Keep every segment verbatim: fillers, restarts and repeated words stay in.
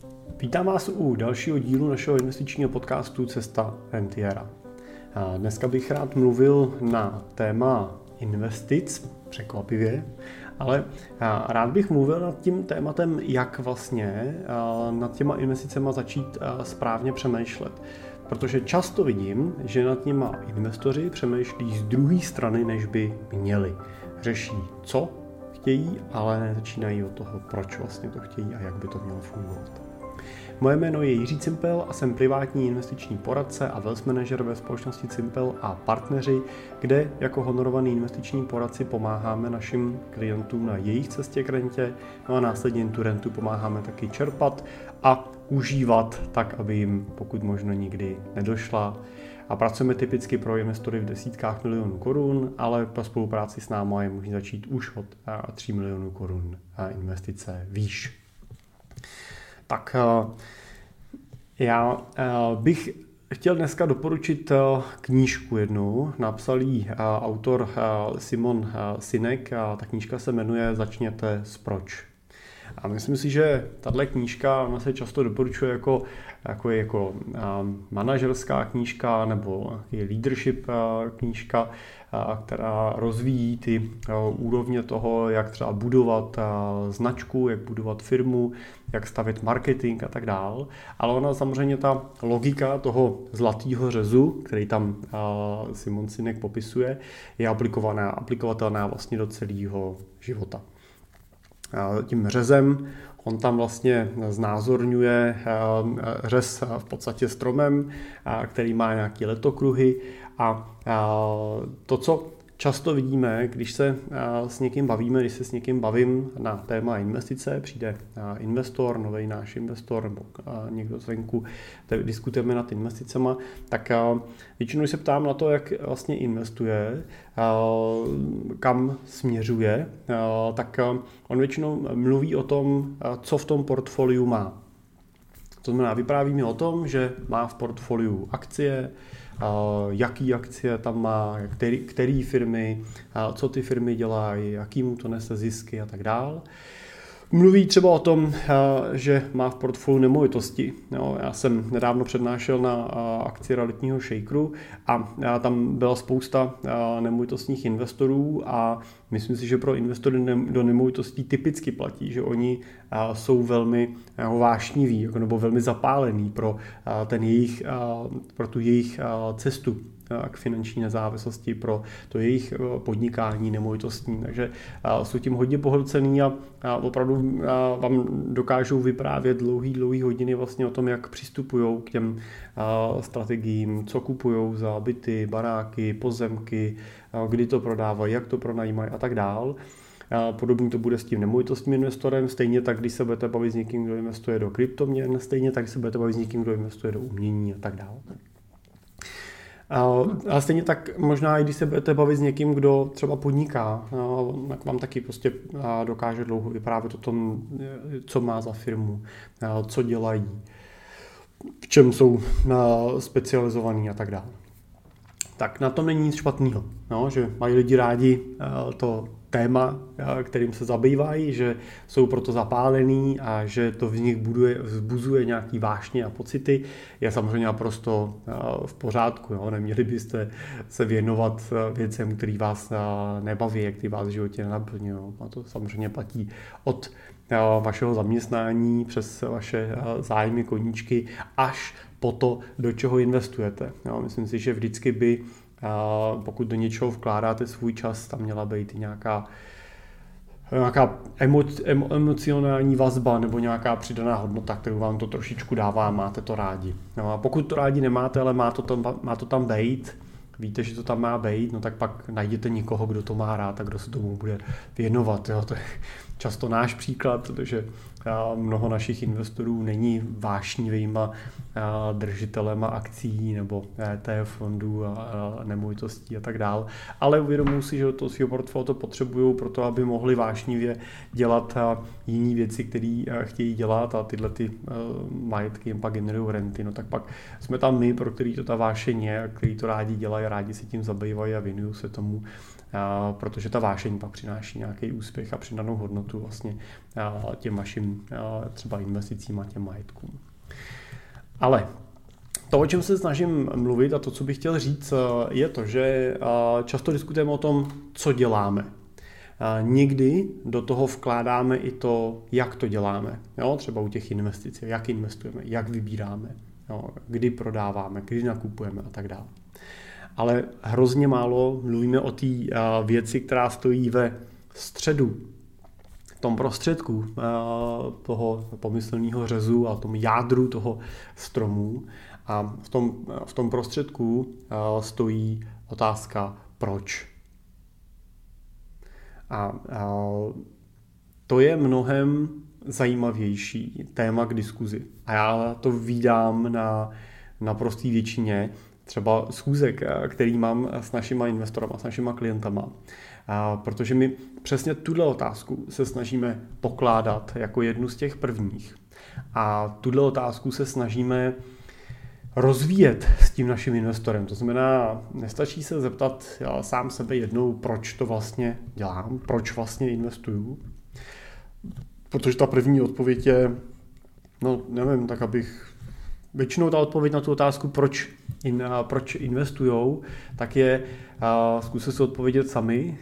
Vítám vás u dalšího dílu našeho investičního podcastu Cesta rentiera. Dneska bych rád mluvil na téma investic, překvapivě, ale rád bych mluvil nad tím tématem, jak vlastně nad těma investicema začít správně přemýšlet. Protože často vidím, že nad těma investoři přemýšlí z druhé strany, než by měli. Řeší, co chtějí, ale nezačínají od toho, proč vlastně to chtějí a jak by to mělo fungovat. Moje jméno je Jiří Cimpel a jsem privátní investiční poradce a wealth manager ve společnosti Cimpel a partneři, kde jako honorovaný investiční poradci pomáháme našim klientům na jejich cestě k rentě, no a následně tu rentu pomáháme taky čerpat a užívat tak, aby jim pokud možno nikdy nedošla. A pracujeme typicky pro investory v desítkách milionů korun, ale pro spolupráci s námi je možné začít už od tří milionů korun investice výš. Tak já bych chtěl dneska doporučit knížku jednu, napsal ji autor Simon Sinek, ta knížka se jmenuje Začněte s proč. A myslím si, že tahle knížka ona se často doporučuje jako, jako, jako manažerská knížka nebo leadership knížka, která rozvíjí ty úrovně toho, jak třeba budovat značku, jak budovat firmu, jak stavět marketing a tak dál. Ale ona samozřejmě ta logika toho zlatého řezu, který tam Simon Sinek popisuje, je aplikovaná, aplikovatelná vlastně do celého života. Tím řezem on tam vlastně znázorňuje řez v podstatě stromem, který má nějaké letokruhy a to, co často vidíme, když se s někým bavíme, když se s někým bavím na téma investice, přijde investor, nový náš investor nebo někdo zvenku, diskutujeme nad investicema, tak většinou se ptám na to, jak vlastně investuje, kam směřuje, tak on většinou mluví o tom, co v tom portfoliu má. To znamená, vypráví mi o tom, že má v portfoliu akcie, jaký akcie tam má, který, který firmy, co ty firmy dělají, jaký mu to nese zisky a tak dál. Mluví třeba o tom, že má v portfoliu nemovitosti. Já jsem nedávno přednášel na akci realitního shakeru a tam byla spousta nemovitostních investorů a myslím si, že pro investory do nemovitostí typicky platí, že oni jsou velmi vášniví nebo velmi zapálení pro, ten jejich, pro tu jejich cestu k finanční nezávislosti, pro to jejich podnikání nemovitostní. Takže jsou tím hodně pohlcený a opravdu vám dokážou vyprávět dlouhý, dlouhý hodiny vlastně o tom, jak přistupují k těm strategiím, co kupují za byty, baráky, pozemky, kdy to prodávají, jak to pronajímají a tak dál. Podobně to bude s tím nemovitostním investorem, stejně tak, když se budete bavit s někým, kdo investuje do kryptoměn, stejně tak, když se budete bavit s někým, kdo investuje do umění a tak dále. Ale stejně tak možná i když se budete bavit s někým, kdo třeba podniká, tak vám taky prostě dokáže dlouho vyprávět o tom, co má za firmu, co dělají, v čem jsou specializovaní a tak dále. Tak na tom není nic špatného, no, že mají lidi rádi to téma, kterým se zabývají, že jsou proto zapálení a že to v nich buduje, vzbuzuje nějaký vášně a pocity, je samozřejmě naprosto v pořádku. Jo? Neměli byste se věnovat věcem, který vás nebaví, který vás v životě nenaplňují. A to samozřejmě platí od vašeho zaměstnání přes vaše zájmy, koníčky až po to, do čeho investujete. Jo? Myslím si, že vždycky by pokud do něčeho vkládáte svůj čas, tam měla být nějaká, nějaká emo, emo, emocionální vazba nebo nějaká přidaná hodnota, kterou vám to trošičku dává, máte to rádi. No a pokud to rádi nemáte, ale má to tam, má to tam být, víte, že to tam má být, no tak pak najděte někoho, kdo to má rád a kdo se tomu bude věnovat. Jo. To je často náš příklad, protože mnoho našich investorů není vášnivýma držitelema akcí nebo E T F fondů a nemovitostí a tak dál, ale uvědomují si, že to svého portfolio to potřebují pro to, aby mohli vášnivě dělat jiné věci, které chtějí dělat a tyhle ty majetky jim pak generují renty. No tak pak jsme tam my, pro který to ta vášeň je, který to rádi dělají, rádi se tím zabývají a věnují se tomu protože ta vášeň pak přináší nějaký úspěch a přidanou hodnotu vlastně těm vašim třeba investicím a těm majetkům. Ale to, o čem se snažím mluvit a to, co bych chtěl říct, je to, že často diskutujeme o tom, co děláme. Někdy do toho vkládáme i to, jak to děláme. Jo? Třeba u těch investic, jak investujeme, jak vybíráme, jo? Kdy prodáváme, kdy nakupujeme a tak dále. Ale hrozně málo mluvíme o té věci, která stojí ve středu, v tom prostředku toho pomyslného řezu a tom jádru toho stromu. A v tom, v tom prostředku stojí otázka proč. A, a to je mnohem zajímavější téma k diskuzi. A já to vídám na naprosté většině třeba schůzek, který mám s našima investorama, s našima klientama. A protože my přesně tuhle otázku se snažíme pokládat jako jednu z těch prvních. A tuhle otázku se snažíme rozvíjet s tím naším investorem. To znamená, nestačí se zeptat já sám sebe jednou, proč to vlastně dělám, proč vlastně investuju. Protože ta první odpověď je, no nevím, tak abych, většinou ta odpověď na tu otázku, proč, in, proč investujou, tak je, zkuste si odpovědět sami.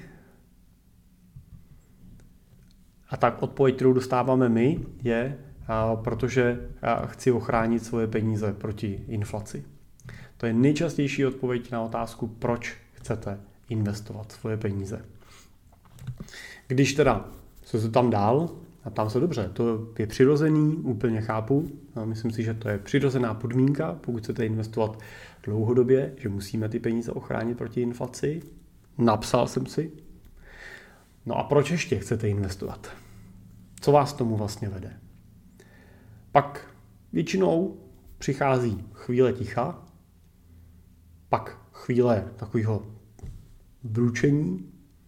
A tak odpověď, kterou dostáváme my, je, protože chci ochránit svoje peníze proti inflaci. To je nejčastější odpověď na otázku, proč chcete investovat svoje peníze. Když teda se tam dál, a tam se dobře, to je přirozený, úplně chápu. Myslím si, že to je přirozená podmínka, pokud chcete investovat dlouhodobě, že musíme ty peníze ochránit proti inflaci. Napsal jsem si. No a proč ještě chcete investovat? Co vás tomu vlastně vede? Pak většinou přichází chvíle ticha, pak chvíle takového bručení.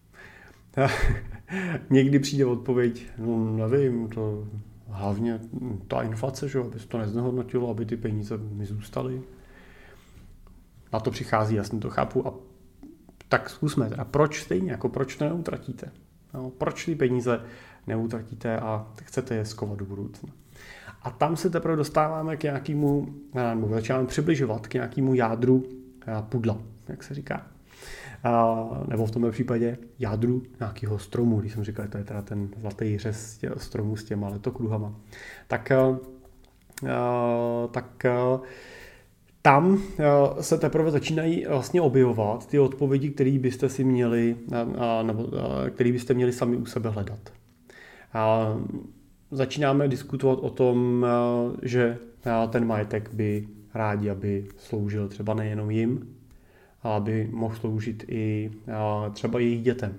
Někdy přijde odpověď, no nevím, to hlavně ta inflace, že, aby se to neznehodnotilo, aby ty peníze mi zůstaly. Na to přichází, jasně to chápu. A tak zkusme teda, proč stejně, jako proč to neutratíte? No, proč ty peníze neutratíte a chcete je skovat do budoucna? A tam se teprve dostáváme k nějakému, nebo začínáme přibližovat k nějakému jádru pudla, jak se říká. Nebo v tomhle případě jádru nějakého stromu, když jsem říkal, to je teda ten zlatý řez stromu s těma letokruhama. Tak, tak tam se teprve začínají vlastně objevovat ty odpovědi, které byste si měli, nebo které byste měli sami u sebe hledat. Začínáme diskutovat o tom, že ten majetek by rádi, aby sloužil třeba nejenom jim, ale aby mohl sloužit i třeba jejich dětem.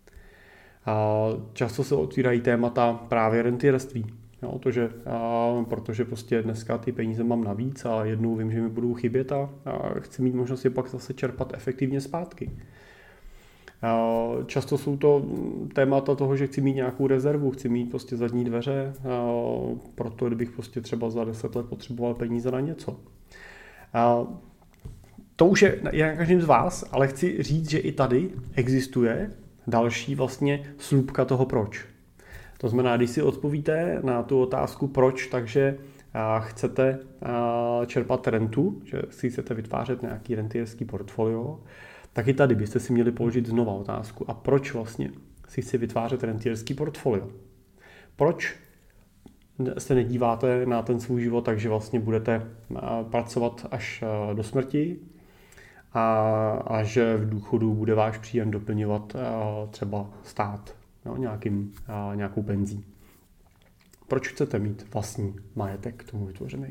Často se otvírají témata právě rentierství. Jo, to, že, a, protože prostě dneska ty peníze mám navíc a jednou vím, že mi budou chybět a, a chci mít možnost je pak zase čerpat efektivně zpátky. A, často jsou to témata toho, že chci mít nějakou rezervu, chci mít prostě zadní dveře, a, proto kdybych prostě třeba za deset let potřeboval peníze na něco. A, to už je, je na každém z vás, ale chci říct, že i tady existuje další vlastně slupka toho proč. To znamená, když si odpovíte na tu otázku proč, takže chcete čerpat rentu, že si chcete vytvářet nějaký rentierský portfolio, tak i tady byste si měli položit znova otázku. A proč vlastně si chci vytvářet rentierský portfolio? Proč se nedíváte na ten svůj život, takže vlastně budete pracovat až do smrti a, a že v důchodu bude váš příjem doplňovat třeba stát, no, nějakým, a, nějakou penzí. Proč chcete mít vlastní majetek k tomu vytvořený?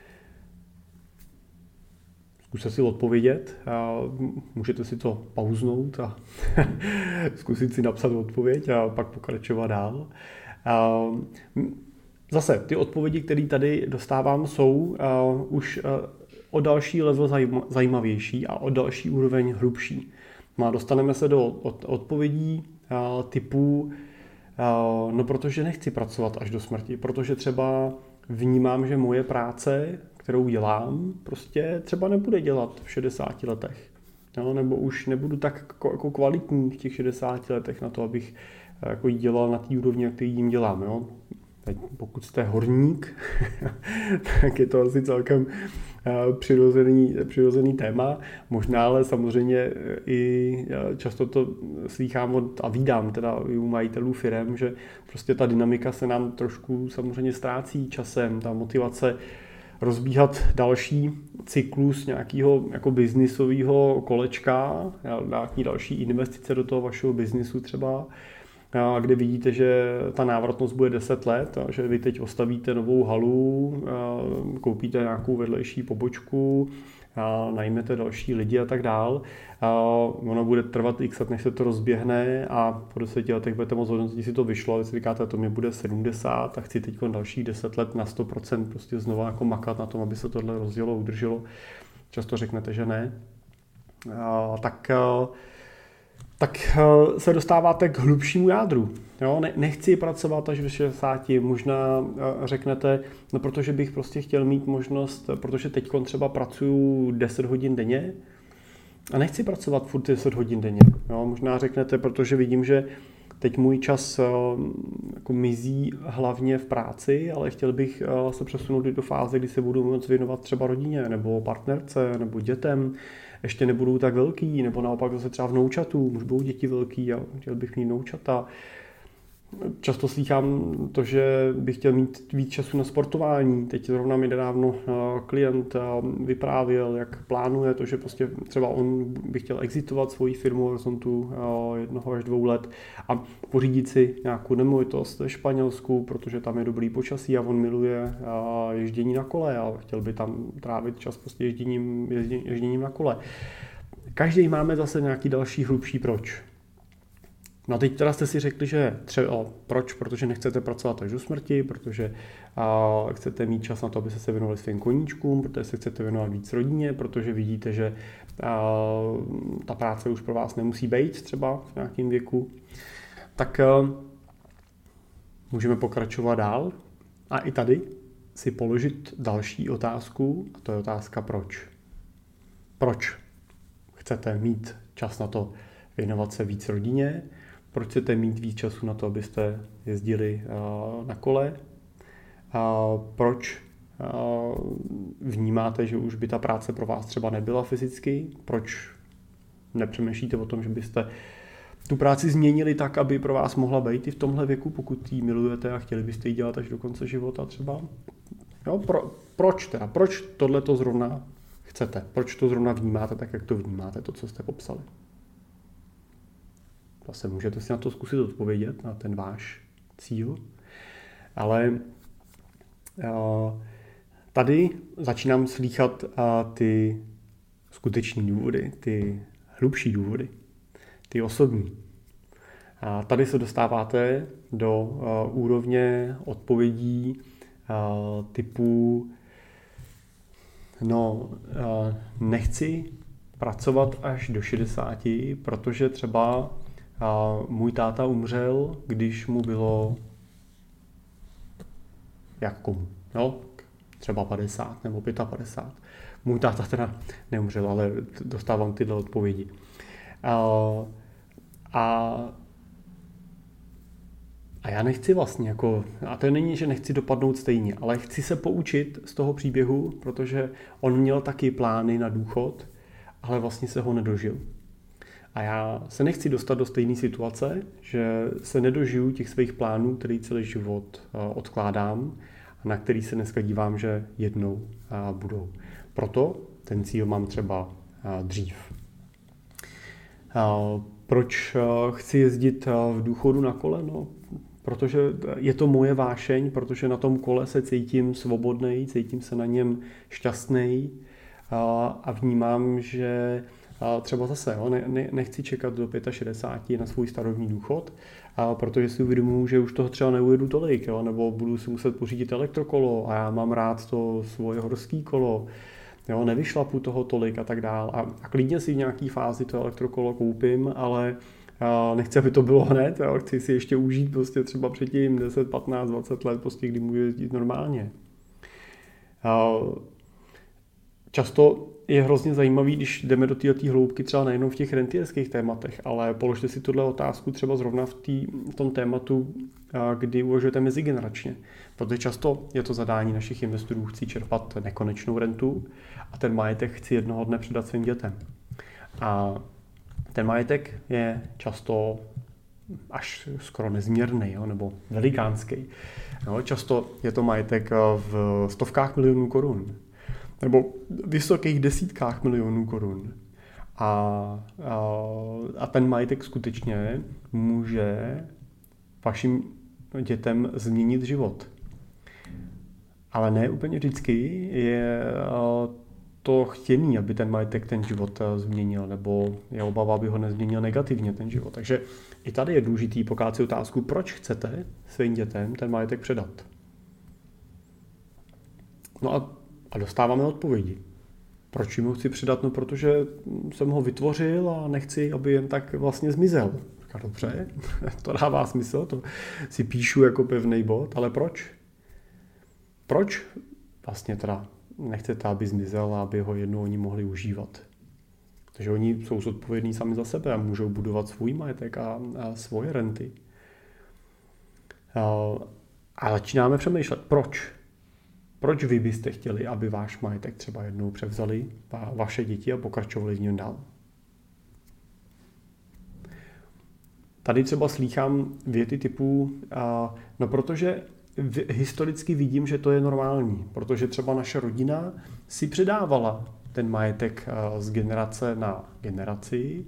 Zkuste si odpovědět, a můžete si to pauznout a zkusit si napsat odpověď a pak pokračovat dál. A, zase, ty odpovědi, které tady dostávám, jsou a, už a, o další level zajímavější a o další úroveň hlubší. No a dostaneme se do odpovědí a, typu no protože nechci pracovat až do smrti, protože třeba vnímám, že moje práce, kterou dělám, prostě třeba nebude dělat v šedesáti letech. jo, nebo už nebudu tak jako kvalitní v těch šedesáti letech na to, abych jako dělal na té úrovni, jak jim dělám. Jo. Teď, pokud jste horník, tak je to asi celkem přirozený, přirozený téma. Možná, ale samozřejmě i často to slýchám od, a vídám teda u majitelů firem, že prostě ta dynamika se nám trošku samozřejmě ztrácí časem, ta motivace rozbíhat další cyklus nějakého jako biznisového kolečka, nějaký další investice do toho vašeho biznisu třeba, kde vidíte, že ta návratnost bude deset let, a že vy teď ostavíte novou halu, koupíte nějakou vedlejší pobočku, najmete další lidi a tak dál. Ono bude trvat x let, než se to rozběhne a po deseti letech budete moc hodnotit, jestli to vyšlo, ale si říkáte, to mi bude sedmdesát a chci teď dalších deset let na sto procent prostě znovu jako makat na tom, aby se tohle rozdělo, udrželo. Často řeknete, že ne. Tak tak se dostáváte k hlubšímu jádru. Jo? Ne, nechci pracovat až ve šedesáti, možná řeknete, no protože bych prostě chtěl mít možnost, protože teď třeba pracuju deset hodin denně a nechci pracovat furt deset hodin denně. Jo? Možná řeknete, protože vidím, že teď můj čas jako mizí hlavně v práci, ale chtěl bych se přesunout do fáze, kdy se budu moct věnovat třeba rodině, nebo partnerce, nebo dětem. Ještě nebudou tak velký, nebo naopak zase třeba vnoučatů, už budou děti velký a chtěl bych mít vnoučata. Často slýchám to, že bych chtěl mít víc času na sportování. Teď zrovna mi nedávno klient vyprávěl, jak plánuje to, že prostě třeba on by chtěl exitovat svoji firmu v horizontu jednoho až dvou let a pořídit si nějakou nemovitost ve Španělsku, protože tam je dobrý počasí a on miluje ježdění na kole a chtěl by tam trávit čas prostě ježděním, ježděním na kole. Každý máme zase nějaký další hlubší proč. No a teď teda jste si řekli, že třeba proč, protože nechcete pracovat až do smrti, protože a, chcete mít čas na to, aby se věnovali svým koníčkům, protože se chcete věnovat víc rodině, protože vidíte, že a, ta práce už pro vás nemusí být třeba v nějakém věku. Tak a, můžeme pokračovat dál a i tady si položit další otázku, a to je otázka proč. Proč chcete mít čas na to věnovat se víc rodině? Proč chcete mít víc času na to, abyste jezdili na kole? Proč vnímáte, že už by ta práce pro vás třeba nebyla fyzicky? Proč nepřemýšlíte o tom, že byste tu práci změnili tak, aby pro vás mohla být i v tomhle věku, pokud ji milujete a chtěli byste ji dělat až do konce života třeba? Jo, pro, proč teda? Proč tohle to zrovna chcete? Proč to zrovna vnímáte tak, jak to vnímáte, to, co jste popsali? Zase můžete si na to zkusit odpovědět, na ten váš cíl. Ale tady začínám slýchat ty skutečné důvody, ty hlubší důvody, ty osobní. A tady se dostáváte do úrovně odpovědí typu no, nechci pracovat až do šedesáti, protože třeba a můj táta umřel, když mu bylo jak komu, no, třeba padesát nebo padesát pět. Můj táta teda neumřel, ale dostávám tyhle odpovědi. A, a, a já nechci vlastně, jako, a to není, že nechci dopadnout stejně, ale chci se poučit z toho příběhu, protože on měl taky plány na důchod, ale vlastně se ho nedožil. A já se nechci dostat do stejné situace, že se nedožiju těch svých plánů, který celý život odkládám a na který se dneska dívám, že jednou budou. Proto ten cíl mám třeba dřív. Proč chci jezdit v důchodu na kole? No, protože je to moje vášeň, protože na tom kole se cítím svobodnej, cítím se na něm šťastnej a vnímám, že a třeba zase, jo, ne, ne, nechci čekat do šedesáti pěti na svůj starobní důchod, a protože si uvědomuji, že už toho třeba neujedu tolik, jo, nebo budu si muset pořídit elektrokolo a já mám rád to svoje horský kolo, jo, nevyšlapu toho tolik a tak dál. A, a klidně si v nějaký fázi to elektrokolo koupím, ale a nechci, aby to bylo hned, jo, chci si ještě užít prostě třeba předtím deset, patnáct, dvacet let, prostě, kdy můžu jezdit normálně. A, často je hrozně zajímavý, když jdeme do této hloubky třeba nejenom v těch rentierských tématech, ale položte si tuhle otázku třeba zrovna v, tý, v tom tématu, kdy uvažujete mezigeneračně. Protože často je to zadání našich investorů, chci čerpat nekonečnou rentu a ten majetek chci jednoho dne předat svým dětem. A ten majetek je často až skoro nezměrný, jo, nebo velikánský. Jo, často je to majetek v stovkách milionů korun, nebo vysokých desítkách milionů korun. A, a, a ten majetek skutečně může vašim dětem změnit život. Ale ne úplně vždycky je to chtěný, aby ten majetek ten život změnil, nebo je obava, aby ho nezměnil negativně ten život. Takže i tady je důležitý pokládat si otázku, proč chcete svým dětem ten majetek předat. No a, a dostáváme odpovědi. Proč jim ho chci předat? No protože jsem ho vytvořil a nechci, aby jen tak vlastně zmizel. Říká, dobře, to dává smysl, to si píšu jako pevný bod, ale proč? Proč vlastně teda nechcete, aby zmizel a aby ho jednou oni mohli užívat? Takže oni jsou zodpovědní sami za sebe a můžou budovat svůj majetek a, a svoje renty. A, a začínáme přemýšlet, proč? Proč vy byste chtěli, aby váš majetek třeba jednou převzali vaše děti a pokračovali v něm dál? Tady třeba slýchám věty typu, a, no protože v, historicky vidím, že to je normální, protože třeba naše rodina si předávala ten majetek z generace na generaci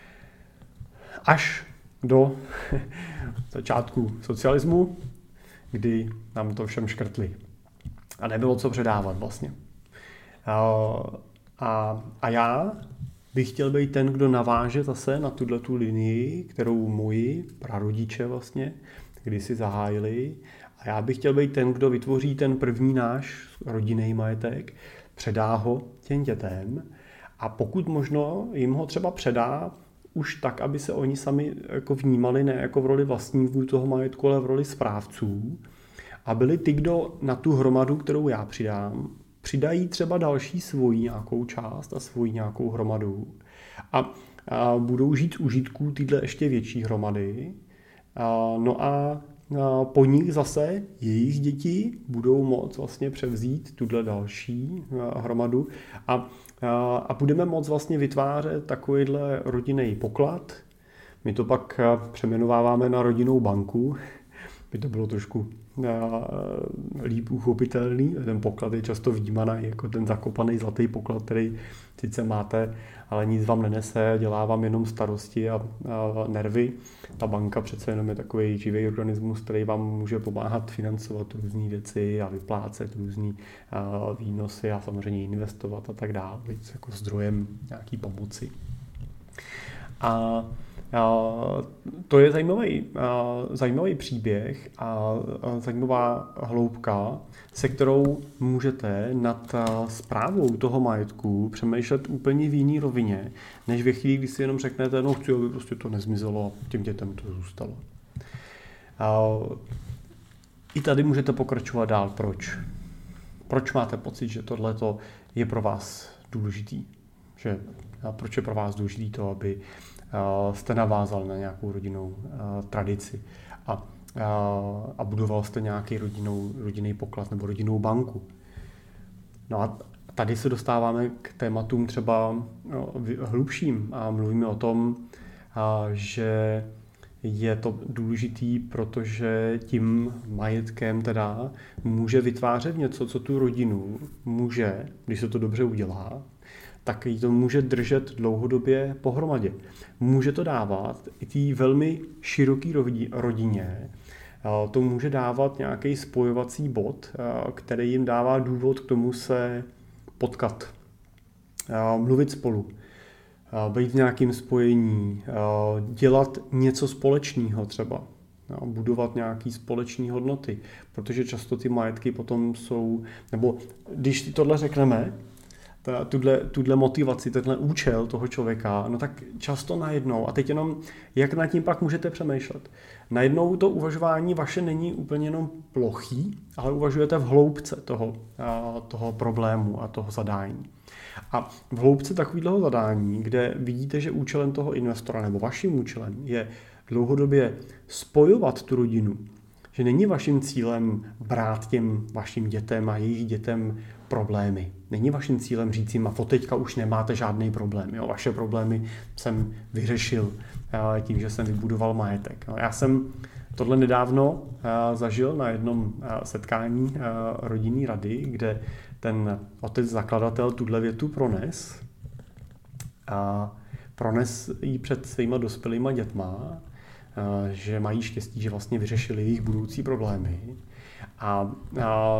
až do začátku socialismu, kdy nám to všem škrtli. A nebylo co předávat vlastně. A, a já bych chtěl být ten, kdo naváže zase na tuto linii, kterou moji prarodiče vlastně kdysi zahájili. A já bych chtěl být ten, kdo vytvoří ten první náš rodinný majetek, předá ho těm dětem a pokud možno jim ho třeba předá už tak, aby se oni sami jako vnímali ne jako v roli vlastníků toho majetku, ale v roli správců a byli ty, kdo na tu hromadu, kterou já přidám, přidají třeba další svoji nějakou část a svoji nějakou hromadu a, a budou žít z užitků téhle ještě větší hromady. A, no a po nich zase jejich děti budou moct vlastně převzít tuhle další hromadu a, a budeme moct vlastně vytvářet takovýhle rodinný poklad. My to pak přeměnováváme na rodinnou banku, by to bylo trošku líp uchopitelný. Ten poklad je často vnímaný jako ten zakopaný zlatý poklad, který sice máte, ale nic vám nenese, dělá vám jenom starosti a, a nervy. Ta banka přece jenom je takový živý organismus, který vám může pomáhat financovat různé věci a vyplácet různé výnosy a samozřejmě investovat a tak dále, být jako zdrojem nějaký pomoci. A to je zajímavý, zajímavý příběh a zajímavá hloubka, se kterou můžete nad správou toho majetku přemýšlet úplně v jiný rovině, než ve chvíli, kdy si jenom řeknete, no chci, aby prostě to nezmizelo a těm dětem to zůstalo. I tady můžete pokračovat dál. Proč? Proč máte pocit, že tohleto je pro vás důležitý? Že, proč je pro vás důležitý to, aby jste navázal na nějakou rodinnou tradici a, a budoval jste nějaký rodinnou, rodinný poklad nebo rodinnou banku. No a tady se dostáváme k tématům třeba hlubším a mluvíme o tom, že je to důležitý, protože tím majetkem teda může vytvářet něco, co tu rodinu může, když se to dobře udělá, tak ji to může držet dlouhodobě pohromadě. Může to dávat i té velmi široké rodině, to může dávat nějaký spojovací bod, který jim dává důvod k tomu se potkat, mluvit spolu, být v nějakém spojení, dělat něco společného třeba, budovat nějaké společné hodnoty, protože často ty majetky potom jsou, nebo když si tohle řekneme, ta, tuhle, tuhle motivaci, tenhle účel toho člověka, no tak často najednou, a teď jenom, jak nad tím pak můžete přemýšlet. Najednou to uvažování vaše není úplně jenom plochý, ale uvažujete v hloubce toho, toho problému a toho zadání. A v hloubce takového zadání, kde vidíte, že účelem toho investora nebo vaším účelem je dlouhodobě spojovat tu rodinu, že není vaším cílem brát těm vašim dětem a jejich dětem problémy. Není vaším cílem říct jim, a teďka už nemáte žádný problém. Jo? Vaše problémy jsem vyřešil tím, že jsem vybudoval majetek. Já jsem tohle nedávno zažil na jednom setkání rodinné rady, kde ten otec zakladatel tuhle větu prones a prones ji před svýma dospělýma dětma, že mají štěstí, že vlastně vyřešili jejich budoucí problémy. A, a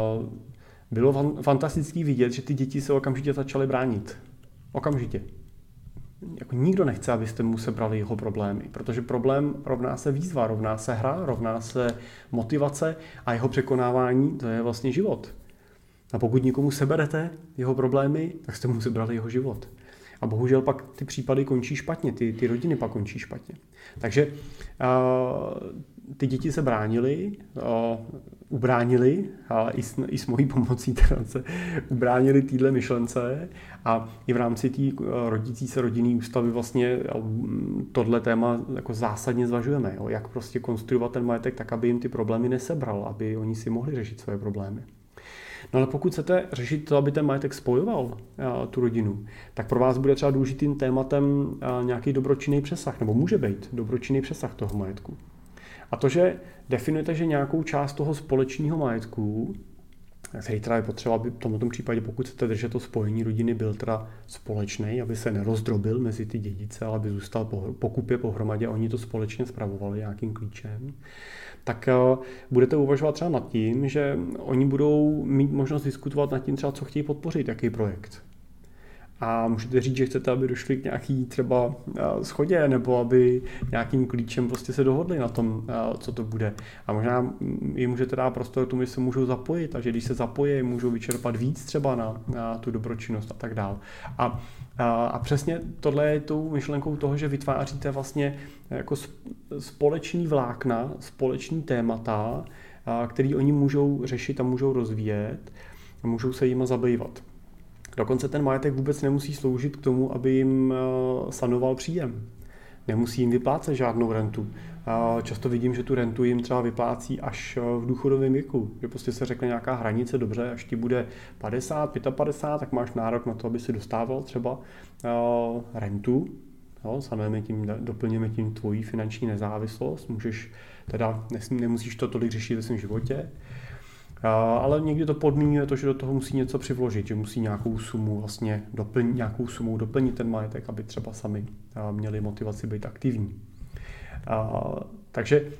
bylo fantastický vidět, že ty děti se okamžitě začaly bránit. Okamžitě. Jako nikdo nechce, abyste mu sebrali jeho problémy, protože problém rovná se výzva, rovná se hra, rovná se motivace a jeho překonávání, to je vlastně život. A pokud nikomu seberete jeho problémy, tak jste mu sebrali jeho život. A bohužel pak ty případy končí špatně, ty, ty rodiny pak končí špatně. Takže uh, ty děti se bránily, uh, ubránili, a i s, i s mojí pomocí teda se ubránili týhle myšlence a i v rámci té uh, rodící se rodinné ústavy vlastně uh, tohle téma jako zásadně zvažujeme, jo, jak prostě konstruovat ten majetek tak, aby jim ty problémy nesebral, aby oni si mohli řešit svoje problémy. No ale pokud chcete řešit to, aby ten majetek spojoval uh, tu rodinu, tak pro vás bude třeba důležitým tématem uh, nějaký dobročinný přesah, nebo může být dobročinný přesah toho majetku. A to, že definujete, že nějakou část toho společného majetku, který teda je potřeba, aby v tomto případě, pokud chcete držet to spojení rodiny, byl teda společný, aby se nerozdrobil mezi ty dědice, ale aby zůstal po, po kupě pohromadě, oni to společně spravovali nějakým klíčem, tak uh, budete uvažovat třeba nad tím, že oni budou mít možnost diskutovat nad tím třeba, co chtějí podpořit, jaký projekt. A můžete říct, že chcete, aby došli k nějaký třeba shodě, nebo aby nějakým klíčem prostě se dohodli na tom, co to bude. A možná jim můžete dát prostor tomu, že se můžou zapojit, a že když se zapojí, můžou vyčerpat víc třeba na, na tu dobročinnost a tak dále. A, a, a přesně tohle je tou myšlenkou toho, že vytváříte vlastně jako společný vlákna, společný témata, který oni můžou řešit a můžou rozvíjet a můžou se jima zabývat. Dokonce ten majetek vůbec nemusí sloužit k tomu, aby jim sanoval příjem. Nemusí jim vyplácet žádnou rentu. Často vidím, že tu rentu jim třeba vyplácí až v důchodovém věku. Že prostě se řekne nějaká hranice, dobře, až ti bude padesát, padesát pět, tak máš nárok na to, aby si dostával třeba rentu. Jo, sanujeme tím, doplňujeme tím tvoji finanční nezávislost. Můžeš teda, nemusíš to tolik řešit ve svém životě. Ale někdy to podmínuje to, že do toho musí něco přivložit, že musí nějakou sumu vlastně doplnit, nějakou sumou doplnit ten majetek, aby třeba sami měli motivaci být aktivní. Takže,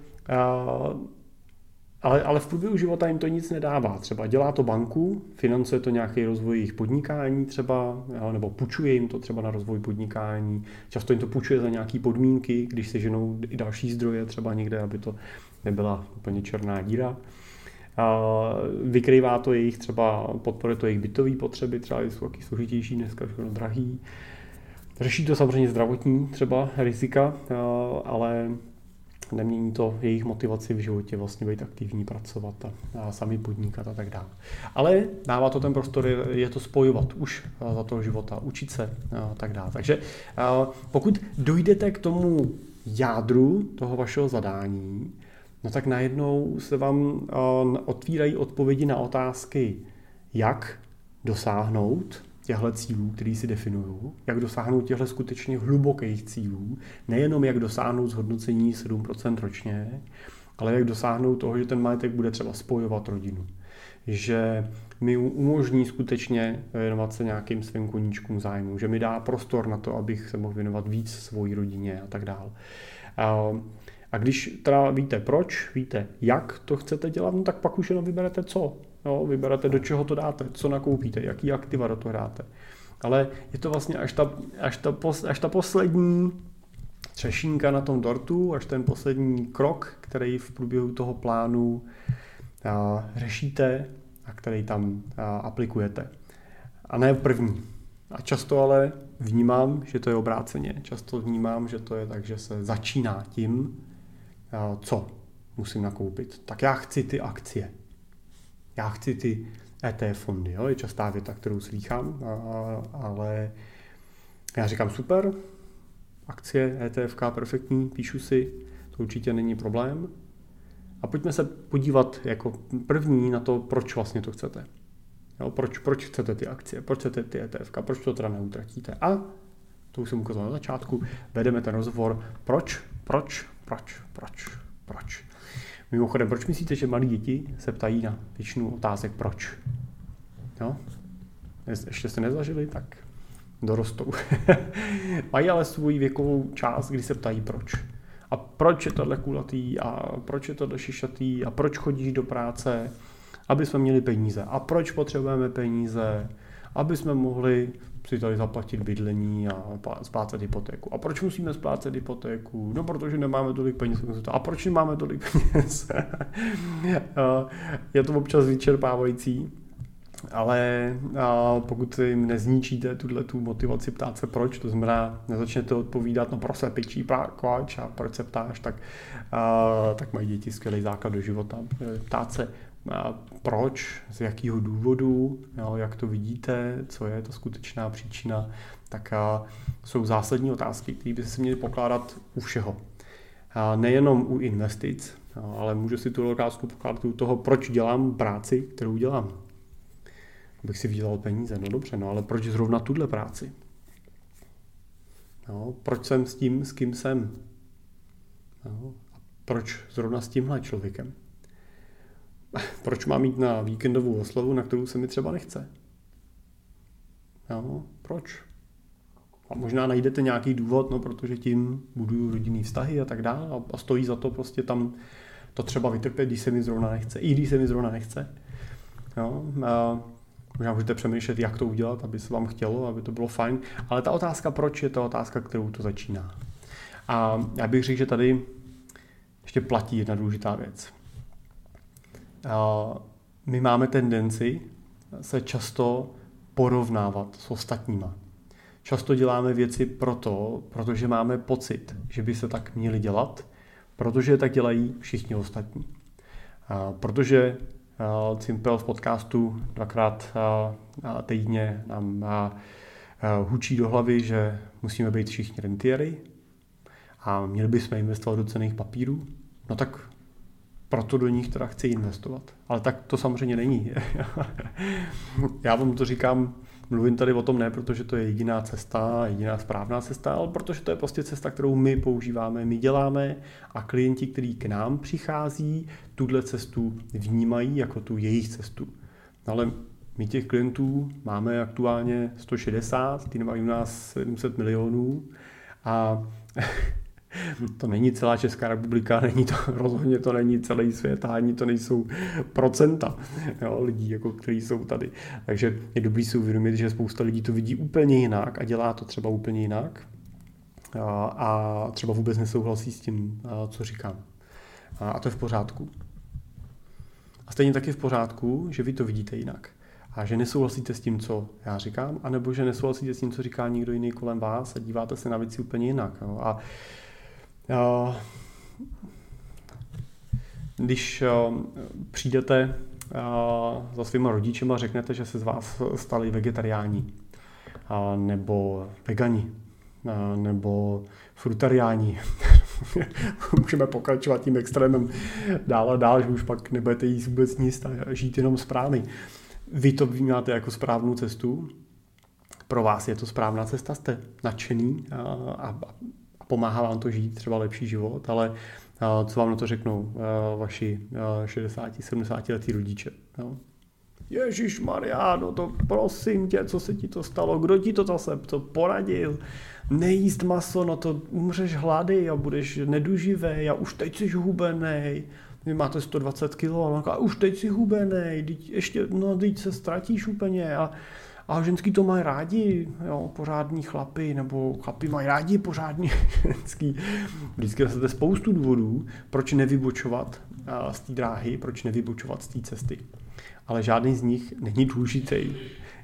ale, ale v průběhu života jim to nic nedává. Třeba dělá to banku, financuje to nějaký rozvoj jejich podnikání třeba, nebo půjčuje jim to třeba na rozvoj podnikání. Často jim to půjčuje za nějaké podmínky, když se ženou i další zdroje třeba někde, aby to nebyla úplně černá díra. Vykrývá to jejich třeba, podporuje to jejich bytové potřeby, třeba jsou taky složitější, dneska všechno drahý. Řeší to samozřejmě zdravotní třeba rizika, ale nemění to jejich motivaci v životě vlastně být aktivní, pracovat a, a sami podnikat a tak dále. Ale dává to ten prostor, je to spojovat už za toho života, učit se a tak dále. Takže pokud dojdete k tomu jádru toho vašeho zadání, no tak najednou se vám otvírají odpovědi na otázky, jak dosáhnout těchto cílů, který si definuju, jak dosáhnout těchto skutečně hlubokých cílů, nejenom jak dosáhnout zhodnocení sedm procent ročně, ale jak dosáhnout toho, že ten majetek bude třeba spojovat rodinu. Že mi umožní skutečně věnovat se nějakým svým koníčkům zájmu, že mi dá prostor na to, abych se mohl věnovat víc svojí rodině a tak dále. A když teda víte proč, víte jak to chcete dělat, no tak pak už jenom vyberete co. Jo, vyberete, do čeho to dáte, co nakoupíte, jaký aktiva do toho dáte. Ale je to vlastně až ta, až ta, pos, až ta poslední třešínka na tom dortu, až ten poslední krok, který v průběhu toho plánu a, řešíte a který tam a, aplikujete. A ne první. A často ale vnímám, že to je obráceně. Často vnímám, že to je tak, že se začíná tím, co musím nakoupit. Tak já chci ty akcie. Já chci ty E T F fondy. Jo? Je častá věta, kterou slýchám, ale já říkám super, akcie, E T F K, perfektní, píšu si, to určitě není problém. A pojďme se podívat jako první na to, proč vlastně to chcete. Jo, proč, proč chcete ty akcie, proč chcete ty E T F K, proč to teda neutratíte. A to už jsem ukázal na začátku, vedeme ten rozhovor, proč, proč, proč, proč, proč. Mimochodem, proč myslíte, že malí děti se ptají na většinu otázek proč? Jo? Ještě jste nezažili, tak dorostou. Mají ale svou věkovou část, kdy se ptají proč. A proč je tohle kulatý, a proč je tohle šišatý, a proč chodíš do práce, aby jsme měli peníze. A proč potřebujeme peníze, aby jsme mohli si tady zaplatit bydlení a splácet hypotéku. A proč musíme splácet hypotéku? No, protože nemáme tolik peněz. A proč nemáme tolik peněz? Je to občas vyčerpávající, ale pokud jim nezničíte tu motivaci ptát se proč, to znamená, nezačnete odpovídat, no pro se pičí kvač a proč se ptáš, tak, tak mají děti skvělý základ do života. Ptát se proč, z jakého důvodu, jo, jak to vidíte, co je ta skutečná příčina, tak a, jsou zásadní otázky, které by se měly pokládat u všeho. A nejenom u investic, jo, ale můžu si tu otázku pokládat u toho, proč dělám práci, kterou dělám. Abych si vydělal peníze, no dobře, no ale proč zrovna tuhle práci? Jo, proč jsem s tím, s kým jsem? Jo, a proč zrovna s tímhle člověkem? Proč mám jít na víkendovou oslavu, na kterou se mi třeba nechce? Jo, proč? A možná najdete nějaký důvod, no protože tím buduju rodinný vztahy a tak dále a stojí za to prostě tam to třeba vytrpět, když se mi zrovna nechce. I když se mi zrovna nechce. Jo, a možná můžete přemýšlet, jak to udělat, aby se vám chtělo, aby to bylo fajn. Ale ta otázka proč je ta otázka, kterou to začíná. A já bych řekl, že tady ještě platí jedna důležitá věc. My máme tendenci se často porovnávat s ostatníma. Často děláme věci proto, protože máme pocit, že by se tak měli dělat, protože tak dělají všichni ostatní. Protože Cimpel v podcastu dvakrát týdně nám hučí do hlavy, že musíme být všichni rentiery a měli bychom investovat do cenných papírů, no tak proto do nich teda chci investovat. Ale tak to samozřejmě není. Já vám to říkám, mluvím tady o tom ne, protože to je jediná cesta, jediná správná cesta, ale protože to je prostě cesta, kterou my používáme, my děláme a klienti, kteří k nám přichází, tuhle cestu vnímají jako tu jejich cestu. Ale my těch klientů máme aktuálně sto šedesát, ty mají u nás sedm set milionů a to není celá Česká republika, není to, rozhodně to není celý svět, ani to nejsou procenta, jo, lidí, jako, kteří jsou tady. Takže je dobrý si uvědomit, že spousta lidí to vidí úplně jinak a dělá to třeba úplně jinak a, a třeba vůbec nesouhlasí s tím, co říkám. A, a to je v pořádku. A stejně taky v pořádku, že vy to vidíte jinak. A že nesouhlasíte s tím, co já říkám, anebo že nesouhlasíte s tím, co říká někdo jiný kolem vás a díváte se na věci úplně jinak. Jo. A Uh, když uh, přijdete uh, za svýma rodičima a řeknete, že se z vás stali vegetariáni, uh, nebo vegani, uh, nebo frutariáni. Můžeme pokračovat tím extrémem dál a dál, že už pak nebudete jíst vůbec nic a žít jenom správný. Vy to vnímáte jako správnou cestu, pro vás je to správná cesta, jste nadšený a, a pomáhá vám to žít třeba lepší život, ale co vám na to řeknou vaši šedesát sedmdesát letý rodiče. No? Ježišmarja, no to prosím tě, co se ti to stalo, kdo ti to zase to poradil, nejíst maso, no to umřeš hlady a budeš neduživej a už teď jsi hubenej, vy máte sto dvacet kilo a už teď jsi hubenej, teď ještě, no teď se ztratíš úplně a A ženský to mají rádi, jo, pořádní chlapy, nebo chlapi mají rádi pořádní ženský. Vždycky máte spoustu důvodů, proč nevybočovat z té dráhy, proč nevybočovat z té cesty. Ale žádný z nich není důležitý.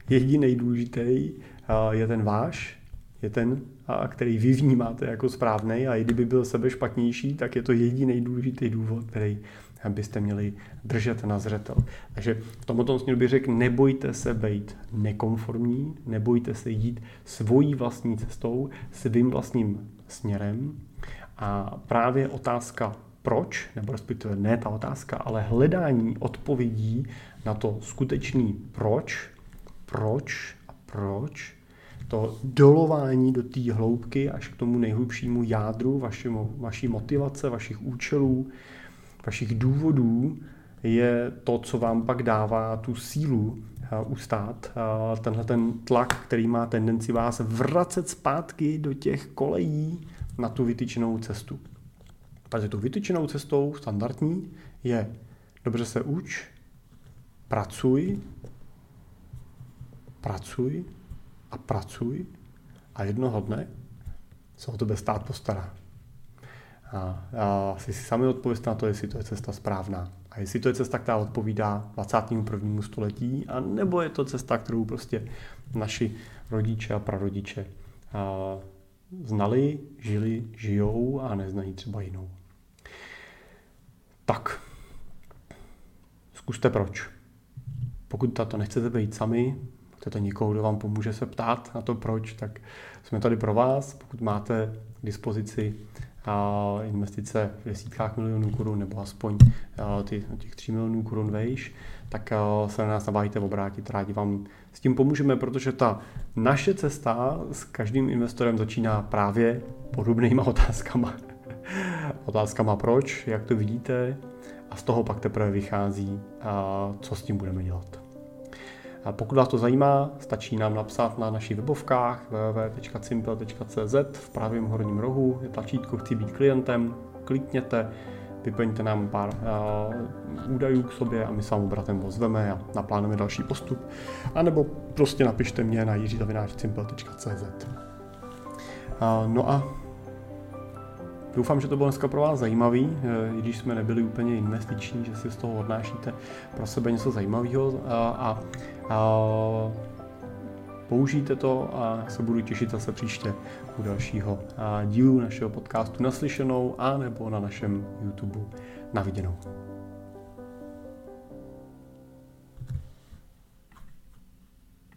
Jediný důležitý je ten váš, je ten, který vy vnímáte jako správný, a i kdyby byl sebe špatnější, tak je to jediný důležitý důvod, který byste měli držet na zřetel. Takže v tomto směru bych řekl, nebojte se být nekonformní, nebojte se jít svojí vlastní cestou, svým vlastním směrem, a právě otázka proč, nebo respektive ne ta otázka, ale hledání odpovědí na to skutečný proč, proč a proč, to dolování do té hloubky až k tomu nejhlubšímu jádru vašimu, vaší motivace, vašich účelů, vašich důvodů, je to, co vám pak dává tu sílu ustát tenhle ten tlak, který má tendenci vás vracet zpátky do těch kolejí na tu vytyčenou cestu. Takže tu vytyčenou cestou standardní je dobře se uč, pracuj, pracuj a pracuj a jednoho dne se o tebe stát postará. A, a si si sami odpověste na to, jestli to je cesta správná. A jestli to je cesta, která odpovídá dvacátému prvnímu století, a nebo je to cesta, kterou prostě naši rodiče a prarodiče a, znali, žili, žijou a neznají třeba jinou. Tak, zkuste proč. Pokud to nechcete být sami, chcete někoho, kdo vám pomůže se ptát na to proč, tak jsme tady pro vás. Pokud máte k dispozici a investice v desítkách milionů korun nebo aspoň ty, těch tří milionů korun vejš, tak se na nás navážíte obrátit. Rádi vám s tím pomůžeme, protože ta naše cesta s každým investorem začíná právě podobnýma otázkama. Otázkama proč, jak to vidíte, a z toho pak teprve vychází, co s tím budeme dělat. A pokud vás to zajímá, stačí nám napsat na našich webovkách w w w tečka cimple tečka c z. V pravém horním rohu je tlačítko Chci být klientem, klikněte, vyplňte nám pár uh, údajů k sobě a my s vámi obratem ozveme a naplánujeme další postup. A nebo prostě napište mě na jiří zavináč cimple tečka c z. Uh, no a doufám, že to bylo dneska pro vás zajímavý, i když jsme nebyli úplně investiční, že si z toho odnášíte pro sebe něco zajímavého a, a, a použijte to, a se budu těšit zase příště u dalšího dílu našeho podcastu Naslyšenou a nebo na našem YouTube na viděnou.